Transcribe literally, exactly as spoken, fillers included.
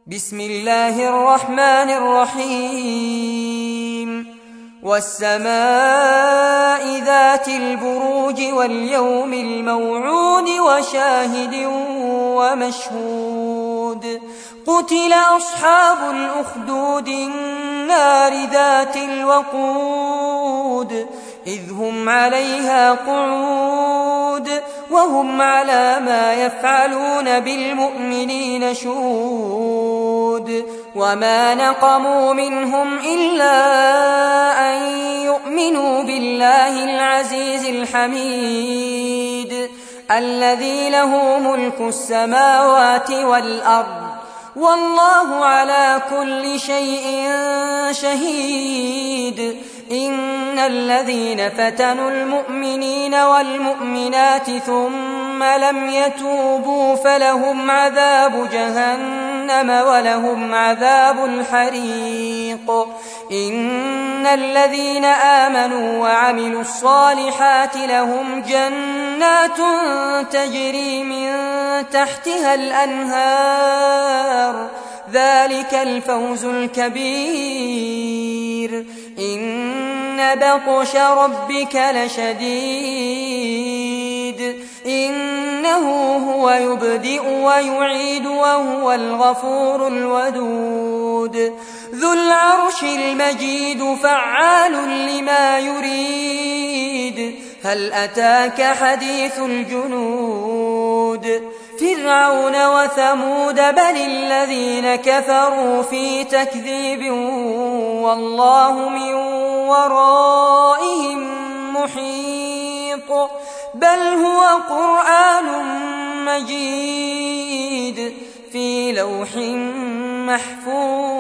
بسم الله الرحمن الرحيم والسماء ذات البروج واليوم الموعود وشاهد ومشهود قتل أصحاب الأخدود النار ذات الوقود إذ هم عليها قعود وهم على ما يفعلون بالمؤمنين شهود وما نقموا منهم إلا أن يؤمنوا بالله العزيز الحميد الذي له ملك السماوات والأرض والله على كل شيء شهيد إن الذين فتنوا المؤمنين والمؤمنات ثم لم يتوبوا فلهم عذاب جهنم ولهم عذاب الحريق إن الذين آمنوا وعملوا الصالحات لهم جنات تجري من تحتها الأنهار ذلك الفوز الكبير إن بطش ربك لشديد إنه هو يبدئ ويعيد وهو الغفور الودود ذو العرش المجيد فعال لما يريد هل أتاك حديث الجنود فرعون وثمود بل الذين كفروا في تكذيب والله من ورائهم محيط بل هو قرآن مجيد في لوح محفوظ